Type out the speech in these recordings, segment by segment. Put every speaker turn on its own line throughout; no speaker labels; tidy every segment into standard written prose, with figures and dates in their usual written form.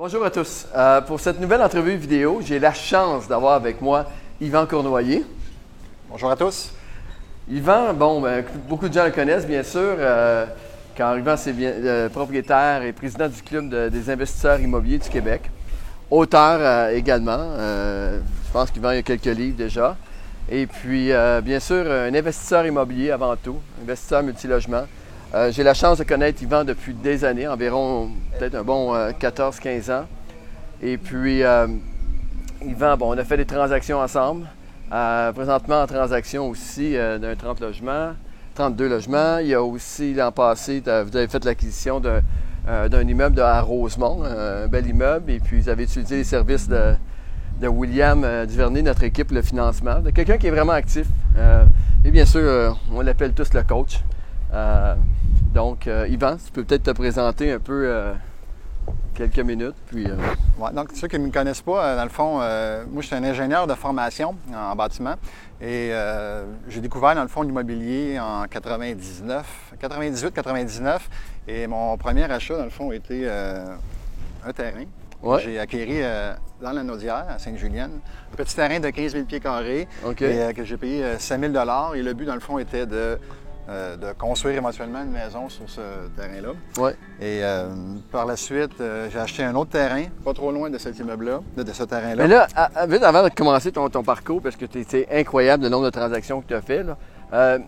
Bonjour à tous. Pour cette nouvelle entrevue vidéo, j'ai la chance d'avoir avec moi Yvan Cournoyer.
Bonjour à tous.
Yvan, beaucoup de gens le connaissent bien sûr, car Yvan c'est propriétaire et président du Club des investisseurs immobiliers du Québec. Auteur également, je pense qu'Yvan a quelques livres déjà. Et puis, bien sûr, un investisseur immobilier avant tout, investisseur multilogement. J'ai la chance de connaître Yvan depuis des années, environ peut-être un bon 14-15 ans. Et puis, Yvan, on a fait des transactions ensemble. Présentement en transaction aussi d'un 32 logements. Il y a aussi l'an passé, vous avez fait l'acquisition d'un immeuble à Rosemont, un bel immeuble. Et puis, vous avez utilisé les services de William Duvernay, notre équipe, le financement. De quelqu'un qui est vraiment actif. Et bien sûr, on l'appelle tous le coach. Donc, Yvan, tu peux peut-être te présenter un peu quelques minutes. Puis,
Ouais, donc, ceux qui ne me connaissent pas, dans le fond, moi, je suis un ingénieur de formation en bâtiment et j'ai découvert, dans le fond, l'immobilier en 98-99 et mon premier achat, dans le fond, a été un terrain.
Ouais.
J'ai acquéri dans la Naudière, à Sainte-Julienne, un petit terrain de 15 000 pieds carrés et, que j'ai payé 5 000 $ et le but, dans le fond, était de construire éventuellement une maison sur ce terrain-là.
Ouais.
Et par la suite, j'ai acheté un autre terrain, pas trop loin de cet immeuble-là, de ce terrain-là.
Mais là, vite avant de commencer ton parcours, parce que c'est incroyable le nombre de transactions que tu as fait, là.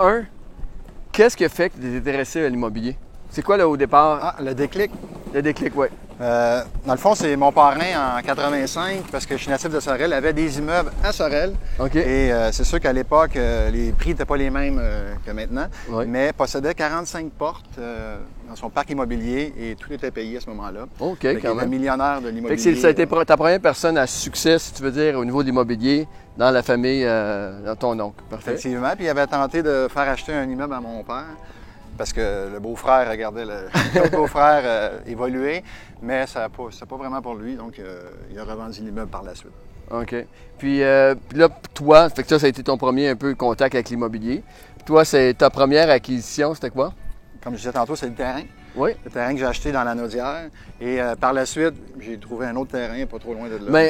Qu'est-ce qui a fait que tu es intéressé à l'immobilier? C'est quoi, là, au départ?
Ah, le déclic.
Le déclic, oui.
Dans le fond, c'est mon parrain en 85, parce que je suis natif de Sorel, avait des immeubles à Sorel.
OK.
Et c'est sûr qu'à l'époque, les prix n'étaient pas les mêmes que maintenant,
Oui.
mais possédait 45 portes dans son parc immobilier et tout était payé à ce moment-là.
OK,
Fait qu'il
quand
était
même.
millionnaire de
Fait
l'immobilier.
que ça a été ta première personne à succès, si tu veux dire, au niveau de l'immobilier, dans la famille, dans ton oncle. Parfait.
Effectivement. Puis il avait tenté de faire acheter un immeuble à mon père parce que le beau-frère regardait le beau-frère évoluer, mais ça n'a pas vraiment pour lui. Donc, il a revendu l'immeuble par la suite.
OK. Puis là, toi, fait que ça a été ton premier un peu contact avec l'immobilier. Toi, c'est ta première acquisition, c'était quoi?
Comme je disais tantôt, c'est le terrain.
Oui.
Le terrain que j'ai acheté dans la Naudière. Et par la suite, j'ai trouvé un autre terrain pas trop loin de là.
Mais,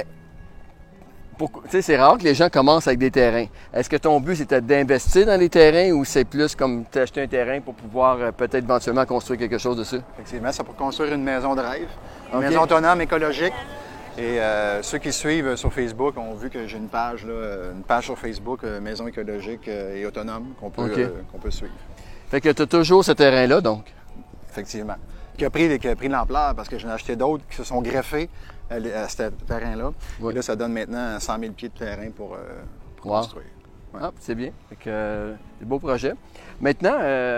tu sais, c'est rare que les gens commencent avec des terrains. Est-ce que ton but, c'était d'investir dans les terrains ou c'est plus comme t'acheter un terrain pour pouvoir peut-être éventuellement construire quelque chose dessus?
Effectivement, c'est pour construire une maison de rêve. Une
OK.
maison autonome, écologique. Et ceux qui suivent sur Facebook ont vu que j'ai une page sur Facebook, Maison écologique et autonome, qu'on peut,
OK.
qu'on peut suivre.
Fait que tu as toujours ce terrain-là, donc?
Effectivement. Qui a pris de l'ampleur parce que j'en ai acheté d'autres qui se sont greffés à ce terrain-là.
Oui.
Et là, ça donne maintenant 100 000 pieds de terrain pour
Wow.
construire. Ouais.
Ah, c'est bien. Fait que, c'est un beau projet. Maintenant,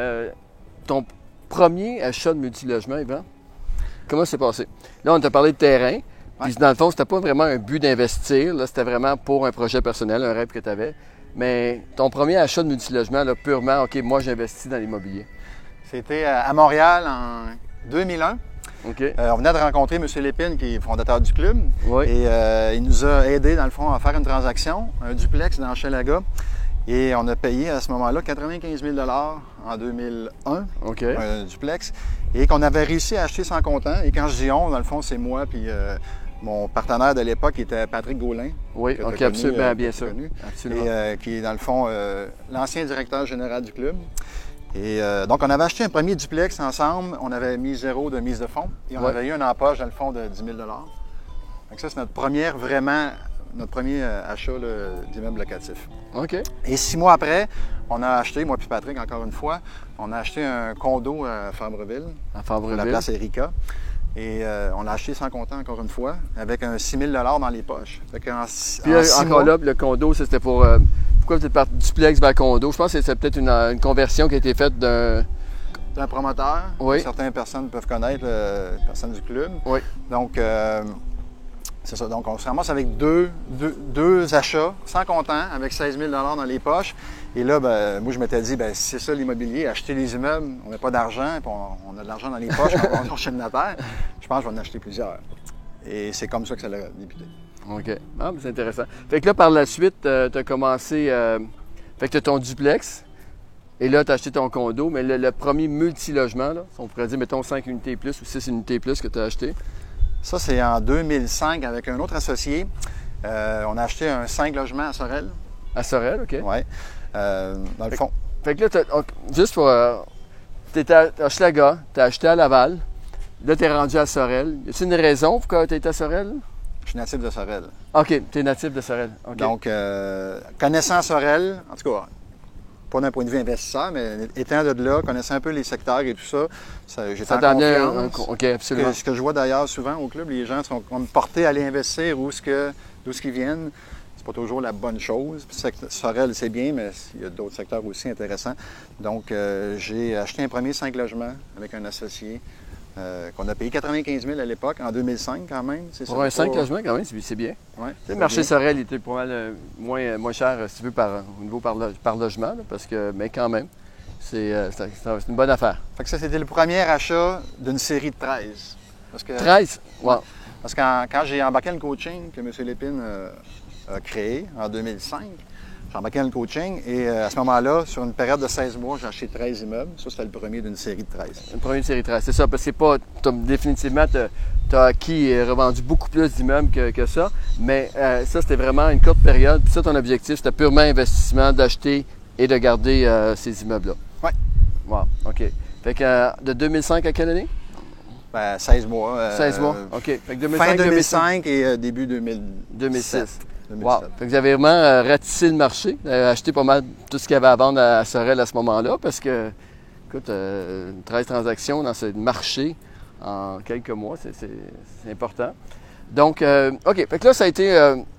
ton premier achat de multilogement, Yvan, comment ça s'est passé? Là, on t'a parlé de terrain. Puis, dans le fond, c'était pas vraiment un but d'investir. Là, c'était vraiment pour un projet personnel, un rêve que tu avais. Mais ton premier achat de multilogement, là, purement, OK, moi, j'investis dans l'immobilier.
C'était à Montréal en 2001.
OK.
On venait de rencontrer M. Lépine, qui est fondateur du club.
Oui.
Et il nous a aidés, dans le fond, à faire une transaction, un duplex dans Hochelaga. Et on a payé à ce moment-là 95 000 en 2001,
OK.
un duplex, et qu'on avait réussi à acheter sans comptant. Et quand je dis on, dans le fond, c'est moi puis mon partenaire de l'époque, qui était Patrick Gaulin.
Oui,
que t'as
OK,
connu,
absolument,
que
bien
t'as
sûr.
connu,
Absolument.
et qui est, dans le fond, l'ancien directeur général du club. Et donc, on avait acheté un premier duplex ensemble. On avait mis 0 de mise de fonds. Et on avait eu un empoche, dans le fond, de 10 000 Donc ça, c'est notre premier achat d'immeuble locatif.
OK.
Et 6 mois après, on a acheté, moi puis Patrick, encore une fois, on a acheté un condo à Fabreville,
À
sur la
Fabreville.
place Erika. Et on l'a acheté sans comptant, encore une fois, avec un 6 000 dans les poches. Fait qu'en
Puis encore là, le condo, ça, c'était pour... pourquoi vous êtes parti du duplex vers condo? Je pense que c'est peut-être une conversion qui a été faite d'un
promoteur,
Oui.
que certaines personnes peuvent connaître, personnes du club.
Oui.
Donc, c'est ça. Donc, on se ramasse avec deux achats sans comptant, avec 16 000 dans les poches. Et là, ben, moi, je m'étais dit, ben, si c'est ça l'immobilier, acheter des immeubles, on n'a pas d'argent, puis on a de l'argent dans les poches, on va chercher de notaire. Je pense que je vais en acheter plusieurs. Et c'est comme ça que ça a débuté.
OK. Ah, mais c'est intéressant. Fait que là, par la suite, tu as commencé... fait que tu as ton duplex, et là, tu as acheté ton condo, mais le premier multilogement, là, on pourrait dire, mettons, 5 unités plus ou 6 unités plus que tu as acheté.
Ça, c'est en 2005 avec un autre associé. On a acheté un 5 logements à Sorel.
À Sorel, OK.
Oui. Dans le fond.
Fait que là, juste pour... t'étais à Hochelaga, t'as acheté à Laval. Là, t'es rendu à Sorel. Y a-t-il une raison pourquoi t'es à Sorel?
Je suis natif de Sorel.
OK, t'es natif de Sorel. Okay.
Donc, connaissant Sorel, en tout cas, pas d'un point de vue investisseur, mais étant de là, connaissant un peu les secteurs et tout ça j'étais en confiance.
OK, absolument.
Ce que je vois d'ailleurs souvent au club, les gens sont comme portés à aller investir d'où qu'ils viennent. C'est pas toujours la bonne chose. Sorel, c'est bien, mais il y a d'autres secteurs aussi intéressants. Donc, j'ai acheté un premier 5 logements avec un associé qu'on a payé 95 000 à l'époque, en 2005 quand même.
Pour un 5 logements, quand même, c'est bien.
Ouais,
le marché Sorel était pas mal moins cher, si tu veux, au niveau par logement, là, parce que, mais quand même, c'est une bonne affaire.
Fait que ça, c'était le premier achat d'une série de 13.
13? Wow.
Parce que quand j'ai embarqué le coaching que M. Lépine a créé en 2005, j'ai embarqué dans le coaching et à ce moment-là, sur une période de 16 mois, j'ai acheté 13 immeubles. Ça, c'était le premier d'une série de 13.
Une première série de 13, c'est ça. Parce que définitivement, tu as acquis et revendu beaucoup plus d'immeubles que ça. Mais ça, c'était vraiment une courte période. Puis ça, ton objectif, c'était purement investissement d'acheter et de garder ces immeubles-là.
Oui.
Wow, OK. Fait que de 2005 à quelle année?
16 mois.
16 mois, OK. Fait que 2005,
fin 2005 et début 2006.
Wow. Fait que vous avez vraiment ratissé le marché, acheté pas mal tout ce qu'il y avait à vendre à Sorel à ce moment-là, parce que, écoute, 13 transactions dans ce marché en quelques mois, c'est important. Donc, OK. Fait que là, ça a été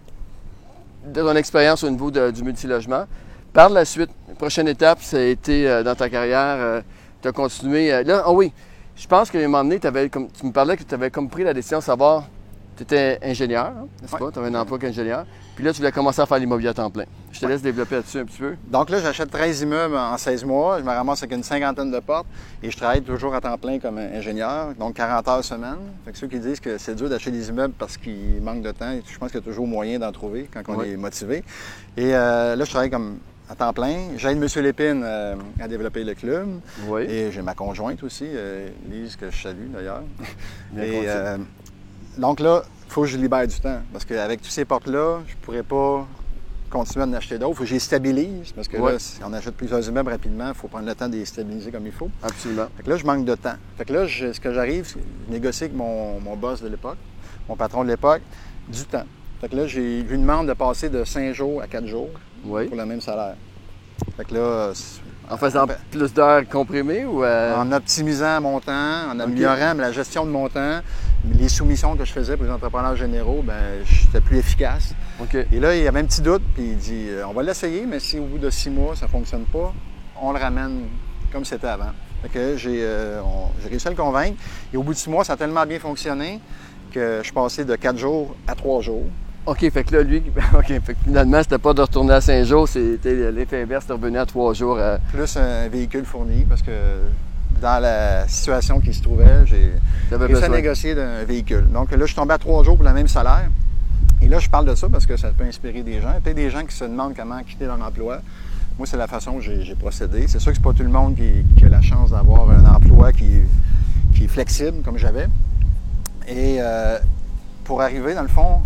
de ton expérience au niveau du multilogement. Par la suite, la prochaine étape, ça a été dans ta carrière, tu as continué. Là, oui, je pense qu'à un moment donné, tu me parlais que tu avais comme pris la décision de savoir. Tu étais ingénieur, hein, n'est-ce pas? Tu avais un emploi qu'ingénieur. Puis là, tu voulais commencer à faire l'immobilier à temps plein. Je te laisse développer là-dessus un petit peu.
Donc là, j'achète 13 immeubles en 16 mois. Je me ramasse avec une cinquantaine de portes et je travaille toujours à temps plein comme ingénieur, donc 40 heures semaine. Fait que ceux qui disent que c'est dur d'acheter des immeubles parce qu'il manque de temps, je pense qu'il y a toujours moyen d'en trouver quand on est motivé. Et là, je travaille comme à temps plein. J'aide M. Lépine à développer le club.
Oui.
Et j'ai ma conjointe aussi, Lise, que je salue d'ailleurs.
Et
donc là, il faut que je libère du temps. Parce qu'avec toutes ces portes-là, je ne pourrais pas continuer à en acheter d'autres. Il faut que je les stabilise. Parce que là, si on achète plusieurs immeubles rapidement, il faut prendre le temps de les stabiliser comme il faut.
Absolument.
Fait que là, je manque de temps. Fait que là, ce que j'arrive, c'est je négocie avec mon boss de l'époque, mon patron de l'époque, du temps. Fait que là, je lui demande de passer de 5 jours à 4 jours pour le même salaire. Fait que là...
En faisant plus d'heures comprimées ou...
En optimisant mon temps, en améliorant la gestion de mon temps, les soumissions que je faisais pour les entrepreneurs généraux, bien, j'étais plus efficace.
Okay.
Et là, il y avait un petit doute, puis il dit on va l'essayer, mais si au bout de 6 mois, ça ne fonctionne pas, on le ramène comme c'était avant. Fait que j'ai réussi à le convaincre. Et au bout de 6 mois, ça a tellement bien fonctionné que je suis passé de 4 jours à 3 jours.
OK, fait que là, lui, fait que finalement, c'était pas de retourner à 5 jours, c'était l'effet inverse, de revenir à 3 jours.
Plus un véhicule fourni, parce que dans la situation qui se trouvait, j'ai réussi à négocier d'un véhicule. Donc là, je suis tombé à 3 jours pour le même salaire. Et là, je parle de ça parce que ça peut inspirer des gens. Peut-être des gens qui se demandent comment quitter leur emploi. Moi, c'est la façon que j'ai procédé. C'est sûr que c'est pas tout le monde qui a la chance d'avoir un emploi qui est flexible, comme j'avais. Et pour arriver, dans le fond,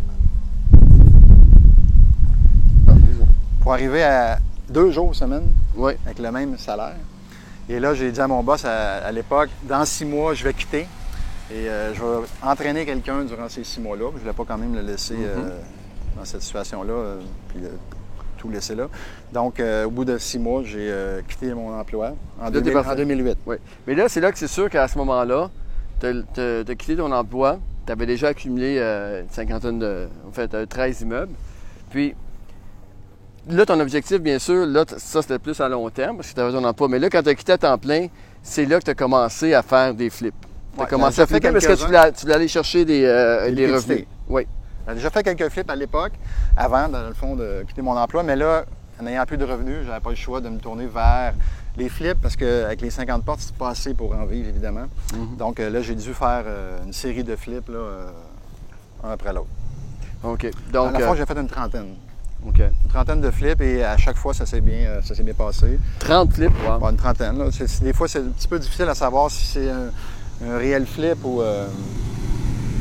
pour arriver à 2 jours semaine avec le même salaire. Et là, j'ai dit à mon boss à l'époque, dans 6 mois, je vais quitter et je vais entraîner quelqu'un durant ces 6 mois-là. Je ne voulais pas quand même le laisser dans cette situation-là, puis tout laisser là. Donc, au bout de 6 mois, j'ai quitté mon emploi en 2008.
Oui. Mais là, c'est là que c'est sûr qu'à ce moment-là, tu as quitté ton emploi, tu avais déjà accumulé une cinquantaine 13 immeubles. Puis, là, ton objectif, bien sûr, là, ça, c'était plus à long terme parce que tu avais ton emploi. Mais là, quand tu as quitté à temps plein, c'est là que tu as commencé à faire des flips. Tu as commencé à flipper parce que tu voulais aller chercher des revenus. Oui.
J'ai déjà fait quelques flips à l'époque, avant, dans le fond, de quitter mon emploi. Mais là, en n'ayant plus de revenus, je n'avais pas le choix de me tourner vers les flips parce qu'avec les 50 portes, c'est pas assez pour en vivre, évidemment. Donc là, j'ai dû faire une série de flips, là, un après l'autre.
OK. Donc,
à la fois, j'ai fait une trentaine.
OK.
Une trentaine de flips et à chaque fois, ça s'est bien passé.
30 flips, wow.
Bon, une trentaine. Là. Des fois, c'est un petit peu difficile à savoir si c'est un réel flip ou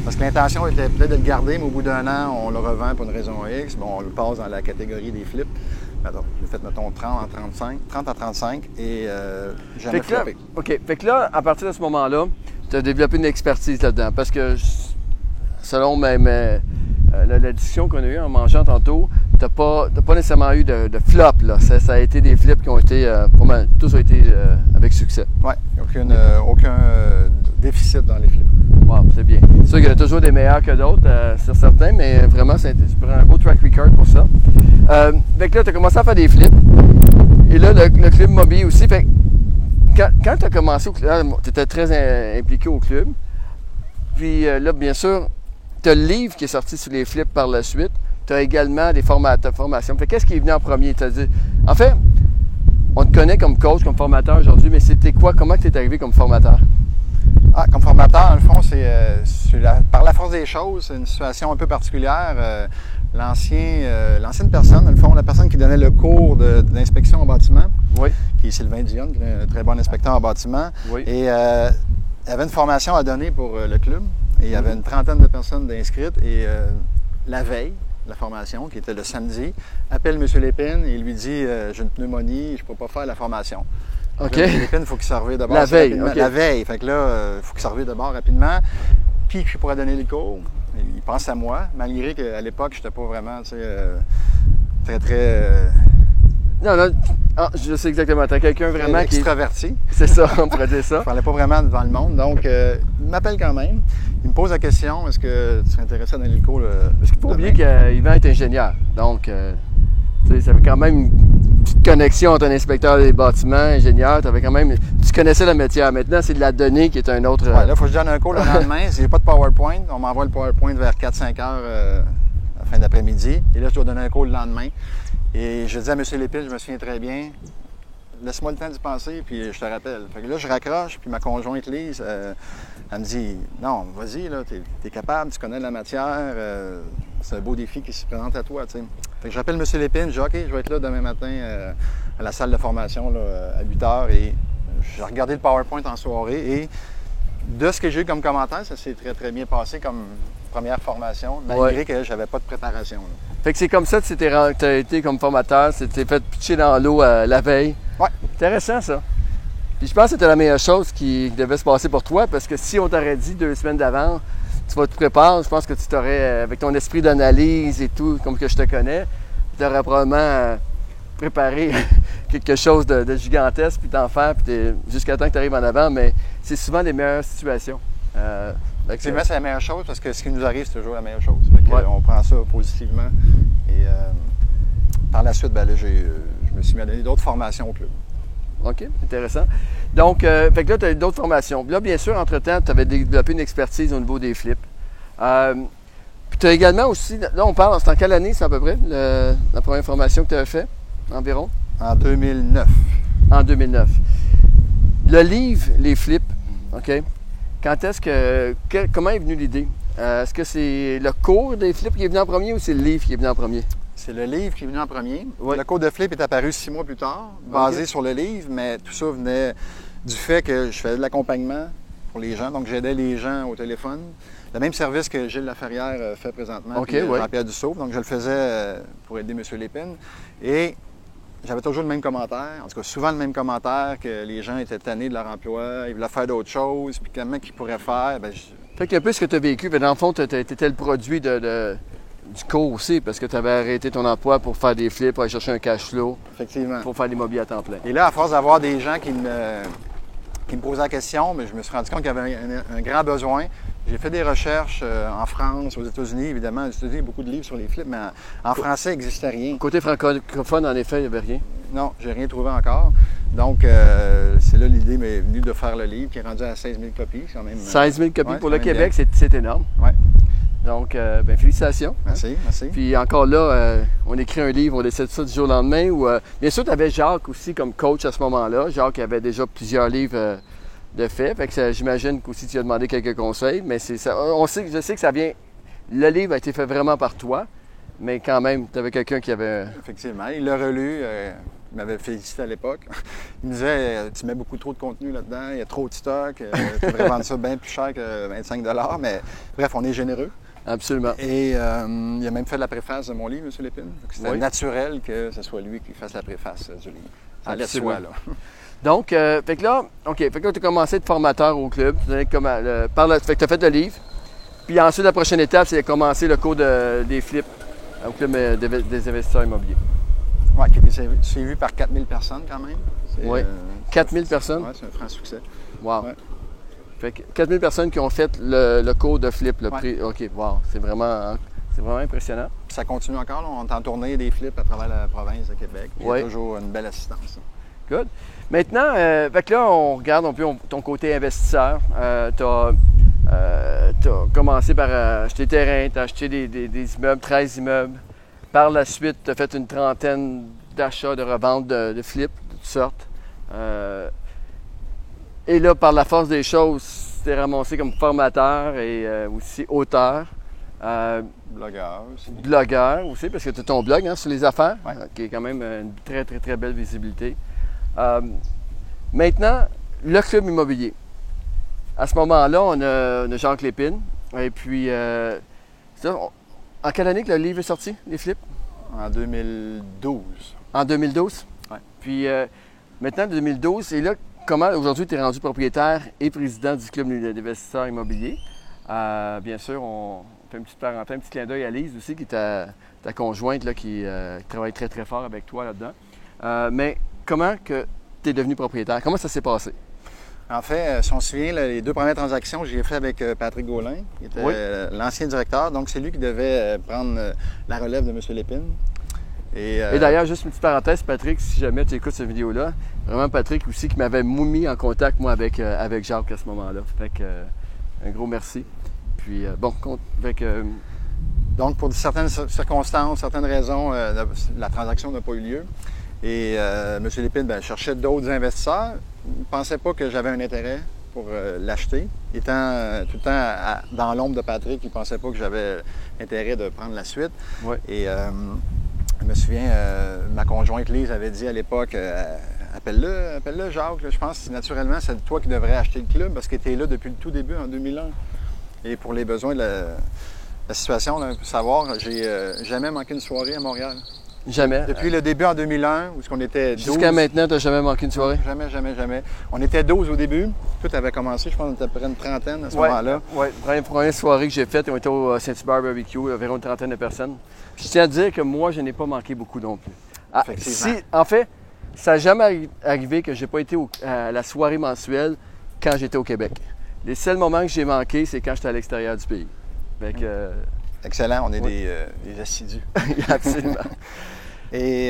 Parce que l'intention était peut-être de le garder, mais au bout d'1 an, on le revend pour une raison X. Bon, on le passe dans la catégorie des flips. Alors, j'ai fait, mettons, 30 à 35 et jamais flippé.
OK. Fait que là, à partir de ce moment-là, tu as développé une expertise là-dedans. Parce que, selon la discussion qu'on a eue en mangeant tantôt, tu n'as pas nécessairement eu de flop. Là. Ça a été des flips qui ont été, tous ont été avec succès.
Oui, aucun déficit dans les flips.
Wow, c'est bien. C'est sûr qu'il y en a toujours des meilleurs que d'autres, sur certains, mais vraiment, tu prends un beau track record pour ça. Fait que là, tu as commencé à faire des flips. Et là, le club immobilier aussi. Fait que quand tu as commencé au club, tu étais très impliqué au club. Puis là, bien sûr, tu as le livre qui est sorti sur les flips par la suite. Tu as également des formations. Fait qu'est-ce qui est venu en premier? En fait, on te connaît comme coach, comme formateur aujourd'hui, mais c'était quoi? Comment tu es arrivé comme formateur?
Comme formateur, dans le fond, par la force des choses, c'est une situation un peu particulière. L'ancienne personne, dans le fond, la personne qui donnait le cours d'inspection en bâtiment,
oui,
qui est Sylvain Dionne, qui est un très bon inspecteur en bâtiment,
oui,
et avait une formation à donner pour le club. Et il y avait une trentaine de personnes d'inscrites. Et la veille, la formation, qui était le samedi, appelle M. Lépine et il lui dit j'ai une pneumonie, je ne peux pas faire la formation.
OK.
M. Lépine, il faut qu'il se réveille de bord.
La veille, OK.
La veille. Fait que là, il faut qu'il se réveille de bord rapidement. Puis je pourrais donner les cours. Il pense à moi, malgré qu'à l'époque, je n'étais pas vraiment très.
Non, je sais exactement. Tu as quelqu'un vraiment qui est
extraverti.
C'est ça, on pourrait dire ça.
Je ne parlais pas vraiment devant le monde. Donc, il m'appelle quand même. Il me pose la question, est-ce que tu serais intéressé à donner le cours?
Parce qu'il ne faut pas oublier qu'Yvan est ingénieur. Donc, ça fait quand même une petite connexion entre un inspecteur des bâtiments, ingénieur. Tu connaissais le métier. Maintenant, c'est de la donnée qui est un autre.
Ouais, là, il faut que je donne un cours le lendemain. Si j'ai pas de PowerPoint, on m'envoie le PowerPoint vers 4-5 heures à la fin d'après-midi. Et là, je dois donner un cours le lendemain. Et je dis à M. Lépine, je me souviens très bien, laisse-moi le temps d'y penser, puis je te rappelle. Fait que là, je raccroche, puis ma conjointe Lise, elle me dit, non, vas-y, là, t'es capable, tu connais la matière, c'est un beau défi qui se présente à toi, tu sais. Fait que j'appelle M. Lépine, je dis, OK, je vais être là demain matin à la salle de formation là, à 8 h. Et j'ai regardé le PowerPoint en soirée, et de ce que j'ai eu comme commentaire, ça s'est très, très bien passé comme première formation, malgré que j'avais pas de préparation. Là.
Fait que c'est comme ça que tu as été comme formateur, tu t'es fait pitcher dans l'eau la veille.
Oui.
Intéressant, ça. Puis je pense que c'était la meilleure chose qui devait se passer pour toi, parce que si on t'aurait dit 2 semaines d'avant, tu vas te préparer, je pense que tu t'aurais, avec ton esprit d'analyse et tout, comme que je te connais, tu aurais probablement préparé quelque chose de gigantesque, puis t'en faire, puis jusqu'à temps que tu arrives en avant, mais c'est souvent les meilleures situations.
Effectivement, c'est la meilleure chose parce que ce qui nous arrive, c'est toujours la meilleure chose. On prend ça positivement. Et par la suite, là, je me suis mis à donner d'autres formations au club.
OK, intéressant. Donc, fait que là, tu as eu d'autres formations. Là, bien sûr, entre-temps, tu avais développé une expertise au niveau des flips. Puis tu as également aussi, là, on parle, c'est en quelle année, c'est à peu près, la première formation que tu avais faite, environ?
En 2009.
En 2009. Le livre, les flips, OK? Comment est venue l'idée? Est-ce que c'est le cours des flips qui est venu en premier ou c'est le livre qui est venu en premier?
C'est le livre qui est venu en premier.
Oui.
Le cours de flip est apparu 6 mois plus tard, basé sur le livre, mais tout ça venait du fait que je faisais de l'accompagnement pour les gens, donc j'aidais les gens au téléphone. Le même service que Gilles Laferrière fait présentement, Jean-Pierre Dussault, donc je le faisais pour aider M. Lépine. Et j'avais toujours le même commentaire, en tout cas souvent le même commentaire, que les gens étaient tannés de leur emploi, ils voulaient faire d'autres choses, puis comment qu'ils pourraient faire.
Fait qu'un peu ce que tu as vécu, dans le fond, tu étais le produit du cours aussi, parce que tu avais arrêté ton emploi pour faire des flips, pour aller chercher un cash flow.
Effectivement.
Pour faire l'immobilier à temps plein.
Et là, à force d'avoir des gens qui me posaient la question, mais je me suis rendu compte qu'il y avait un grand besoin. J'ai fait des recherches en France, aux États-Unis, évidemment. Aux États-Unis, il y a beaucoup de livres sur les flips, mais en français, il n'existait rien.
Côté francophone, en effet, il n'y avait rien.
Non, j'ai rien trouvé encore. Donc, c'est là l'idée m'est venue de faire le livre, qui est rendu à 16 000 copies quand même.
16 000 copies pour le Québec, c'est énorme.
Oui.
Donc, félicitations.
Merci, merci.
Puis encore là, on écrit un livre, on décide ça du jour au lendemain. Bien sûr, tu avais Jacques aussi comme coach à ce moment-là. Jacques avait déjà plusieurs livres de fait. Fait que j'imagine qu'aussi tu as demandé quelques conseils. Mais je sais que ça vient. Le livre a été fait vraiment par toi, mais quand même, tu avais quelqu'un qui avait.
Effectivement, il l'a relu. il m'avait félicité à l'époque. Il me disait tu mets beaucoup trop de contenu là-dedans, il y a trop de stock, tu devrais vendre ça bien plus cher que 25 $. Mais bref, on est généreux.
Absolument.
Et il a même fait la préface de mon livre, M. Lépine. C'était naturel que ce soit lui qui fasse la préface du livre. Ça allait de soi, là.
Donc, fait que là, tu as commencé à être formateur au club. Fait que tu as fait le livre. Puis ensuite, la prochaine étape, c'est de commencer le cours des flips au club des investisseurs immobiliers.
Oui, qui a été suivi par 4000 personnes quand même.
Oui, 4000 personnes?
Oui, c'est un franc succès.
Wow.
Ouais.
Fait que 4000 personnes qui ont fait le cours de flip.
Ouais.
OK, wow, c'est vraiment impressionnant.
Puis ça continue encore, là. On est en tournée des flips à travers la province de Québec. Il y a toujours une belle assistance.
Good. Maintenant, fait que là, on regarde un peu ton côté investisseur. Tu as commencé par acheter des terrains, tu as acheté des immeubles, 13 immeubles. Par la suite, tu as fait une trentaine d'achats, de reventes de flips de toutes sortes. Et là, par la force des choses, tu t'es ramassé comme formateur et aussi auteur.
Blogueur aussi.
Blogueur aussi, parce que tu as ton blog sur les affaires,
ouais.
Qui est quand même une très, très, très belle visibilité. Maintenant, le club immobilier. À ce moment-là, on a Jacques Lépine. Et puis, en quelle année que le livre est sorti, les flips?
En 2012.
En 2012?
Oui.
Puis, maintenant, 2012, et là, comment aujourd'hui tu es rendu propriétaire et président du club d'investisseurs immobiliers? Bien sûr, on fait un petit clin d'œil à Lise aussi, qui est ta conjointe là, qui travaille très, très fort avec toi là-dedans. Mais comment que tu es devenu propriétaire? Comment ça s'est passé?
En fait, si on se souvient, les 2 premières transactions, j'ai fait avec Patrick Gaulin, qui était l'ancien directeur. Donc, c'est lui qui devait prendre la relève de M. Lépine. Et
d'ailleurs, juste une petite parenthèse, Patrick, si jamais tu écoutes cette vidéo-là, vraiment Patrick aussi qui m'avait mis en contact, moi, avec Jacques à ce moment-là. Fait que, un gros merci. Puis,
donc, pour certaines circonstances, certaines raisons, la transaction n'a pas eu lieu. Et M. Lépine cherchait d'autres investisseurs. Il ne pensait pas que j'avais un intérêt pour l'acheter. Étant tout le temps dans l'ombre de Patrick, il ne pensait pas que j'avais intérêt de prendre la suite.
Ouais.
Et je me souviens, ma conjointe Lise avait dit à l'époque, appelle-le Jacques. Là. Je pense que naturellement, c'est toi qui devrais acheter le club parce que tu es là depuis le tout début, en 2001. Et pour les besoins de la situation, là, pour savoir, j'ai jamais manqué une soirée à Montréal.
Jamais.
Depuis le début en 2001, où on était 12.
Jusqu'à maintenant, tu n'as jamais manqué une soirée?
Jamais, jamais, jamais. On était 12 au début. Tout avait commencé, je pense qu'on était à peu près une trentaine à ce moment-là.
Oui, la première soirée que j'ai faite, on était au Saint-Hubert Barbecue, environ une trentaine de personnes. Puis je tiens à dire que moi, je n'ai pas manqué beaucoup non plus. En fait, ça n'a jamais arrivé que je n'ai pas été à la soirée mensuelle quand j'étais au Québec. Les seuls moments que j'ai manqué, c'est quand j'étais à l'extérieur du pays. Fait que,
excellent, on est des assidus.
Absolument.
Et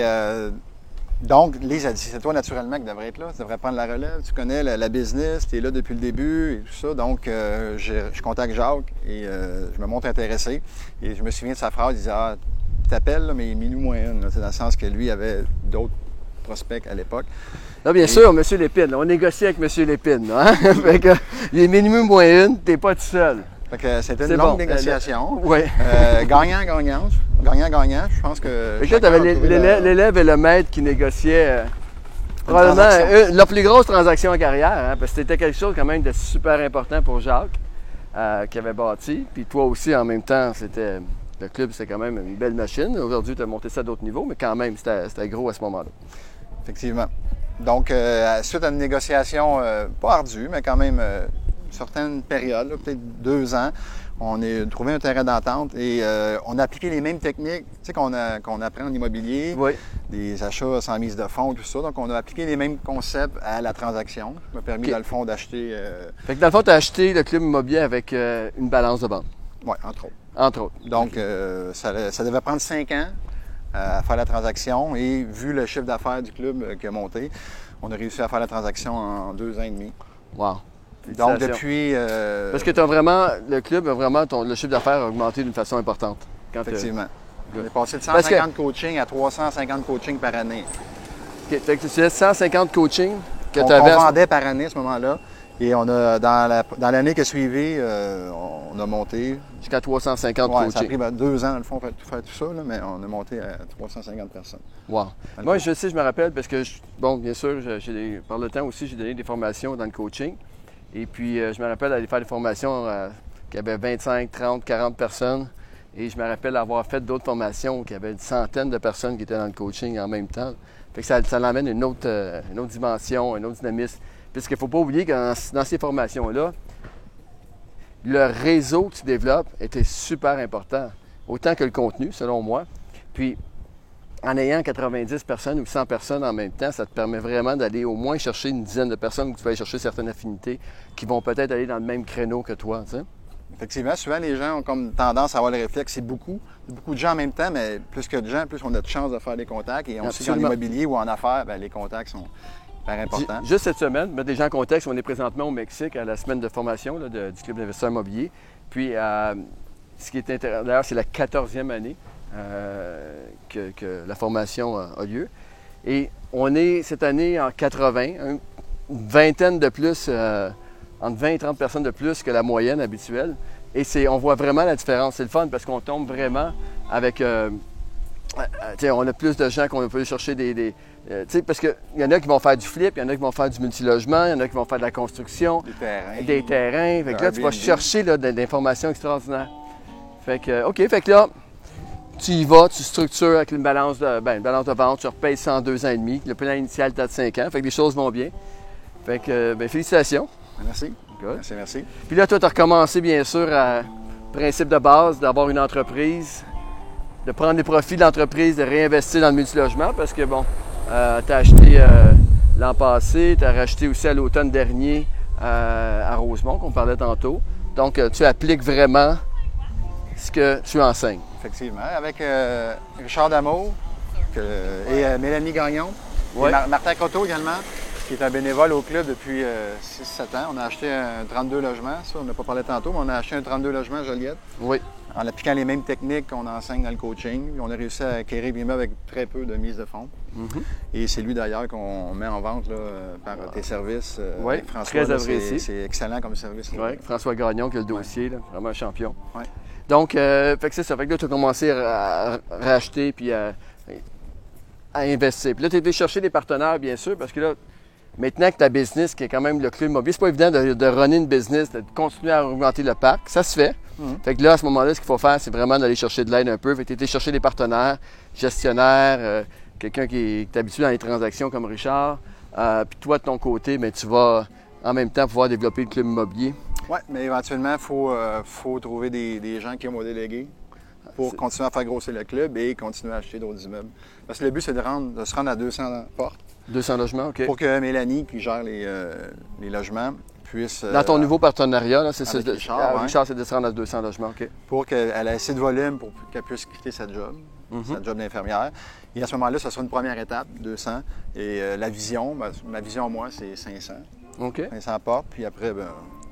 donc, Lise a dit, c'est toi naturellement qui devrais être là, tu devrais prendre la relève, tu connais la business, tu es là depuis le début et tout ça. Donc, je contacte Jacques et je me montre intéressé. Et je me souviens de sa phrase, il disait, tu t'appelles, mais minuit moins une, là, dans le sens que lui avait d'autres prospects à l'époque.
Là, bien sûr, M. Lépine, là, on négocie avec M. Lépine. Hein? Fait que, il est minuit moins une, tu n'es pas tout seul.
Fait que c'était une longue négociation.
Oui.
Gagnant-gagnant. Gagnant-gagnant. Je pense que.
Fait que là, tu avais l'élève et le maître qui négociaient probablement leur plus grosse transaction en carrière, hein, parce que c'était quelque chose quand même de super important pour Jacques, qui avait bâti. Puis toi aussi, en même temps, le club, c'était quand même une belle machine. Aujourd'hui, tu as monté ça à d'autres niveaux, mais quand même, c'était gros à ce moment-là.
Effectivement. Donc, suite à une négociation pas ardue, mais quand même certaines périodes, peut-être 2 ans, on a trouvé un terrain d'entente et on a appliqué les mêmes techniques qu'on apprend en immobilier,
oui.
Des achats sans mise de fonds, tout ça. Donc, on a appliqué les mêmes concepts à la transaction. Ça m'a permis, dans le fond, d'acheter...
Fait que dans le fond, tu as acheté le club immobilier avec une balance de banque.
Oui, entre autres.
Entre autres.
Donc, ça devait prendre 5 ans à faire la transaction et vu le chiffre d'affaires du club qui a monté, on a réussi à faire la transaction en 2 ans et demi.
Wow!
Donc, depuis...
Parce que le club a vraiment, le chiffre d'affaires a augmenté d'une façon importante.
Effectivement. On est passé de 150 coachings à 350 coachings par année.
OK. Fait que tu faisais 150 coachings que
on
tu avais...
vendait par année à ce moment-là. Et on a, dans l'année qui a suivi, on a monté.
Jusqu'à 350
Ouais,
coachés.
ça a pris 2 ans, dans le fond, pour faire tout ça, là, mais on a monté à 350 personnes.
Wow. Moi, je sais, je me rappelle, parce que, bon, bien sûr, par le temps aussi, j'ai donné des formations dans le coaching. Et puis, je me rappelle d'aller faire des formations qui avaient 25, 30, 40 personnes. Et je me rappelle avoir fait d'autres formations qui avaient une centaine de personnes qui étaient dans le coaching en même temps. Fait que ça l'amène une autre dimension, un autre dynamisme. Puisqu'il ne faut pas oublier que dans ces formations-là, le réseau que tu développes était super important, autant que le contenu, selon moi. Puis, en ayant 90 personnes ou 100 personnes en même temps, ça te permet vraiment d'aller au moins chercher une dizaine de personnes où tu vas aller chercher certaines affinités qui vont peut-être aller dans le même créneau que toi, tu sais.
Effectivement, souvent les gens ont comme tendance à avoir le réflexe, c'est beaucoup de gens en même temps, mais plus que de gens, plus on a de chances de faire des contacts. Et on sait qu'en immobilier ou en affaires, bien, les contacts sont hyper importants.
Juste cette semaine, mettre des gens en contexte, on est présentement au Mexique à la semaine de formation là, du Club d'investisseurs immobiliers. Puis, ce qui est intéressant, d'ailleurs, c'est la 14e année que la formation a lieu. Et on est cette année en 80, une vingtaine de plus, entre 20 et 30 personnes de plus que la moyenne habituelle. Et on voit vraiment la différence. C'est le fun parce qu'on tombe vraiment avec... on a plus de gens qu'on peut chercher parce qu'il y en a qui vont faire du flip, il y en a qui vont faire du multilogement, il y en a qui vont faire de la construction, des terrains. Fait que là, tu vas chercher là, de l'information extraordinaire. Fait que, OK, fait que là, tu y vas, tu structures avec une balance de vente, tu repayes 102 ans et demi, le plan initial date de 5 ans, fait que les choses vont bien. Fait que, félicitations.
Merci. Merci.
Puis là, toi, tu as recommencé, bien sûr, principe de base, d'avoir une entreprise, de prendre des profits de l'entreprise, de réinvestir dans le multilogement, parce que, bon, tu as acheté l'an passé, tu as racheté aussi à l'automne dernier à Rosemont, qu'on parlait tantôt. Donc, tu appliques vraiment ce que tu enseignes.
Effectivement. Avec Richard Damour et Mélanie Gagnon,
ouais.
Et Martin Croteau également, qui est un bénévole au club depuis 6-7 ans. On a acheté un 32 logements, ça, on n'a pas parlé tantôt, mais on a acheté un 32 logements à Joliette.
Oui.
En appliquant les mêmes techniques qu'on enseigne dans le coaching. On a réussi à acquérir l'immeuble avec très peu de mise de fonds.
Mm-hmm.
Et c'est lui d'ailleurs qu'on met en vente là, par tes services.
Oui,
François,
très apprécié.
C'est excellent comme service.
Oui, François Gagnon qui a le dossier, là, vraiment un champion.
Ouais.
Donc, fait que c'est ça. Fait que là, tu as commencé à racheter puis à investir. Puis là, tu es allé chercher des partenaires, bien sûr, parce que là, maintenant que ta business, qui est quand même le club immobilier, c'est pas évident de runner une business, de continuer à augmenter le parc. Ça se fait. Mm-hmm. Fait que là, à ce moment-là, ce qu'il faut faire, c'est vraiment d'aller chercher de l'aide un peu. Fait que tu es allé chercher des partenaires, gestionnaires, quelqu'un qui est habitué dans les transactions comme Richard. Puis toi, de ton côté, bien, tu vas en même temps pouvoir développer le club immobilier.
Oui, mais éventuellement, il faut trouver des gens qui vont déléguer pour continuer à faire grossir le club et continuer à acheter d'autres immeubles. Parce que le but, c'est de se rendre à 200 portes.
200 logements, OK.
Pour que Mélanie, qui gère les logements, puisse...
Dans ton nouveau partenariat, là, c'est ça.
Richard,
Richard, c'est de se rendre à 200 logements, OK.
Pour qu'elle ait assez de volume pour qu'elle puisse quitter sa job, sa job d'infirmière. Et à ce moment-là, ce sera une première étape, 200. Et la vision, ma vision, moi, c'est 500.
OK.
500 portes, puis après, ben...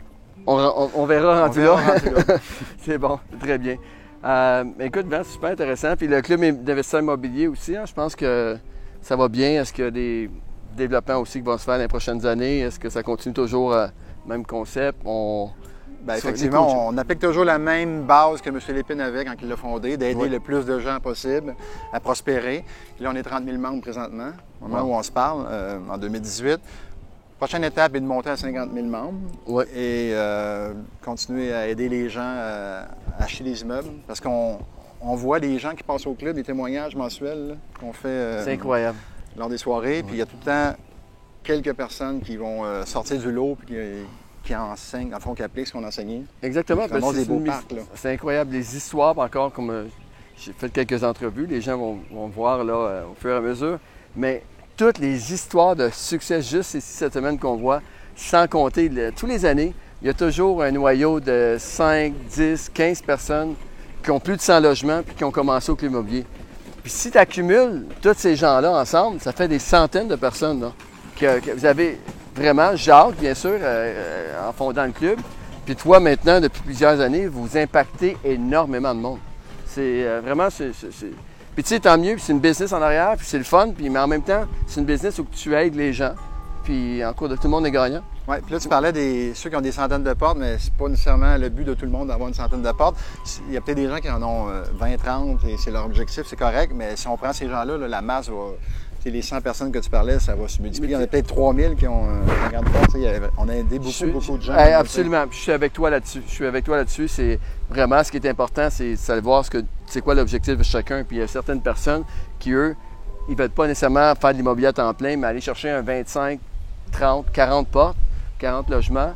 On verra rendu là. C'est bon, très bien. Écoute, Ben, c'est super intéressant. Puis le club d'investisseurs immobiliers aussi, hein, je pense que ça va bien. Est-ce qu'il y a des développements aussi qui vont se faire dans les prochaines années? Est-ce que ça continue toujours le même concept?
Bien, effectivement, on applique toujours la même base que M. Lépine avait quand il l'a fondé, d'aider le plus de gens possible à prospérer. Puis là, on est 30 000 membres présentement, au moment où on se parle, en 2018. Prochaine étape est de monter à 50 000 membres et continuer à aider les gens à acheter des immeubles. Parce qu'on voit des gens qui passent au club, des témoignages mensuels qu'on fait
c'est incroyable.
Lors des soirées. Puis il y a tout le temps quelques personnes qui vont sortir du lot et qui enseignent, en fond, qui appliquent ce qu'on a enseigné.
Exactement.
C'est
incroyable. Les histoires, encore, comme j'ai fait quelques entrevues, les gens vont voir là, au fur et à mesure. Mais toutes les histoires de succès juste ici cette semaine qu'on voit, sans compter tous les années, il y a toujours un noyau de 5, 10, 15 personnes qui ont plus de 100 logements puis qui ont commencé au club immobilier. Puis si tu accumules tous ces gens-là ensemble, ça fait des centaines de personnes là, que vous avez vraiment, Jacques, bien sûr, en fondant le club. Puis toi, maintenant, depuis plusieurs années, vous impactez énormément de monde. C'est vraiment... Puis tu sais, tant mieux, puis c'est une business en arrière, puis c'est le fun, mais en même temps, c'est une business où tu aides les gens, puis en cours de tout le monde est gagnant.
Oui, puis là, tu parlais des ceux qui ont des centaines de portes, mais c'est pas nécessairement le but de tout le monde d'avoir une centaine de portes. Il y a peut-être des gens qui en ont 20, 30 et c'est leur objectif, c'est correct, mais si on prend ces gens-là, là, la masse va. Les 100 personnes que tu parlais, ça va se multiplier. Il y en a peut-être 3000 qui ont 50 portes. On a aidé beaucoup de gens.
Absolument. Je suis avec toi là-dessus. C'est vraiment ce qui est important, c'est savoir c'est quoi l'objectif de chacun. Puis il y a certaines personnes qui, eux, ils ne veulent pas nécessairement faire de l'immobilier à temps plein, mais aller chercher un 25, 30, 40 portes, 40 logements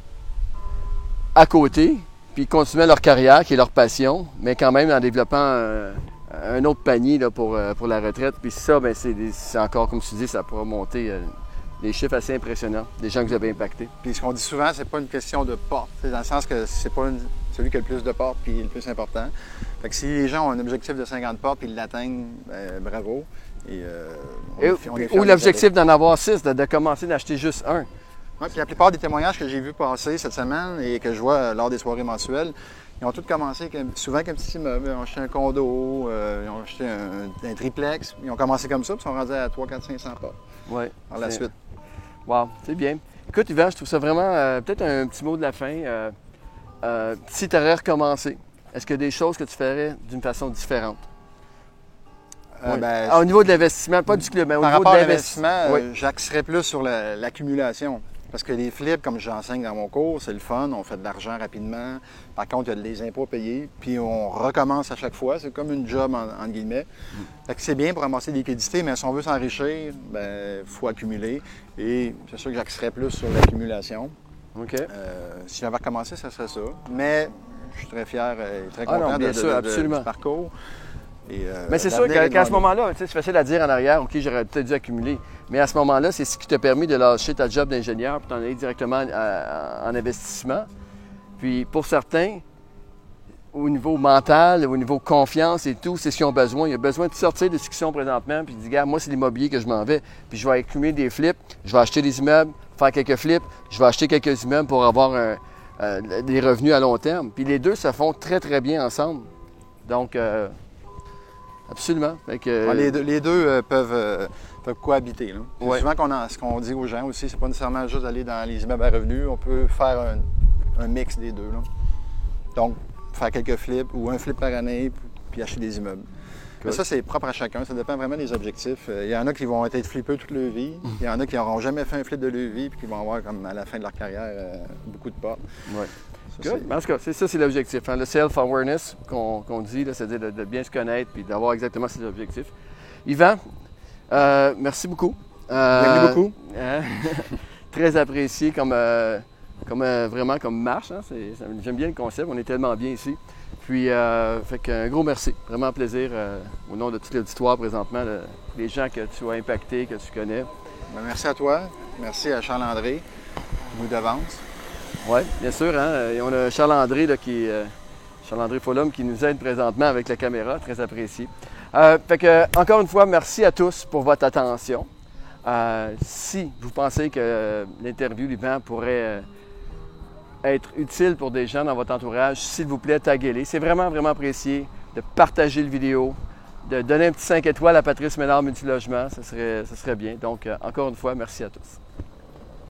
à côté, puis continuer leur carrière, qui est leur passion, mais quand même en développant un autre panier là, pour la retraite. Puis ça, ben, c'est encore, comme tu dis, ça pourra monter des chiffres assez impressionnants, des gens que vous avez impactés.
Puis ce qu'on dit souvent, c'est pas une question de porte, dans le sens que c'est pas celui qui a le plus de portes qui est le plus important. Fait que si les gens ont un objectif de 50 portes et ils l'atteignent, bravo.
Ou l'objectif d'en avoir 6, de commencer d'acheter juste un.
Oui, puis la plupart des témoignages que j'ai vus passer cette semaine et que je vois lors des soirées mensuelles, ils ont tous commencé souvent avec un petit immeuble. Ils ont acheté un condo, ils ont acheté un triplex. Ils ont commencé comme ça, puis ils sont rendus à 3, 4, 500 portes.
Oui.
Par la suite.
Wow, c'est bien. Écoute, Yvan, je trouve ça vraiment, peut-être un petit mot de la fin. Si tu aurais recommencé, est-ce qu'il y a des choses que tu ferais d'une façon différente? Au niveau de l'investissement, pas du club, mais au niveau de l'investissement.
J'axerais plus sur l'accumulation. Parce que les flips, comme j'enseigne dans mon cours, c'est le fun, on fait de l'argent rapidement. Par contre, il y a des impôts à payer, puis on recommence à chaque fois. C'est comme une job, entre guillemets. Fait que c'est bien pour ramasser des liquidités, mais si on veut s'enrichir, il faut accumuler. Et c'est sûr que j'axerais plus sur l'accumulation.
OK.
Si j'avais recommencé, ça serait ça. Mais je suis très fier et très content du parcours.
Mais c'est sûr qu'à ce moment-là, c'est facile à dire en arrière, OK, j'aurais peut-être dû accumuler. Mais à ce moment-là, c'est ce qui t'a permis de lâcher ta job d'ingénieur pour t'en aller directement en investissement. Puis pour certains, au niveau mental, au niveau confiance et tout, c'est ce qu'ils ont besoin. Ils ont besoin de sortir de ce qu'ils sont présentement, puis de dire, regarde, moi, c'est l'immobilier que je m'en vais. Puis je vais accumuler des flips, je vais acheter des immeubles, faire quelques flips, je vais acheter quelques immeubles pour avoir des revenus à long terme. Puis les deux se font très, très bien ensemble. Donc, absolument.
Les deux peuvent cohabiter. Souvent, ce qu'on dit aux gens aussi, c'est pas nécessairement juste d'aller dans les immeubles à revenus. On peut faire un mix des deux. Là. Donc, faire quelques flips ou un flip par année, puis acheter des immeubles. Mais ça, c'est propre à chacun. Ça dépend vraiment des objectifs. Il y en a qui vont être flippeux toute leur vie. Il y en a qui n'auront jamais fait un flip de leur vie puis qui vont avoir, comme à la fin de leur carrière, beaucoup de portes.
Ouais. En tout cas, c'est ça, c'est l'objectif. Le self-awareness qu'on dit, c'est-à-dire de bien se connaître et d'avoir exactement ces objectifs. Yvan, merci beaucoup.
Merci beaucoup.
Très apprécié vraiment comme marche. Hein? J'aime bien le concept. On est tellement bien ici. Puis, fait qu'un gros merci. Vraiment un plaisir au nom de toute l'auditoire présentement, les gens que tu as impactés, que tu connais.
Merci à toi. Merci à Charles-André, nous devance.
Oui, bien sûr. Hein? Et on a Charles-André, Charles-André Follum, qui nous aide présentement avec la caméra, très apprécié. Fait que, encore une fois, merci à tous pour votre attention. Si vous pensez que l'interview d'Yvan pourrait être utile pour des gens dans votre entourage, s'il vous plaît, taguez-les. C'est vraiment, vraiment apprécié de partager le vidéo, de donner un petit 5 étoiles à Patrice Ménard Multilogement. Ça serait bien. Donc, encore une fois, merci à tous.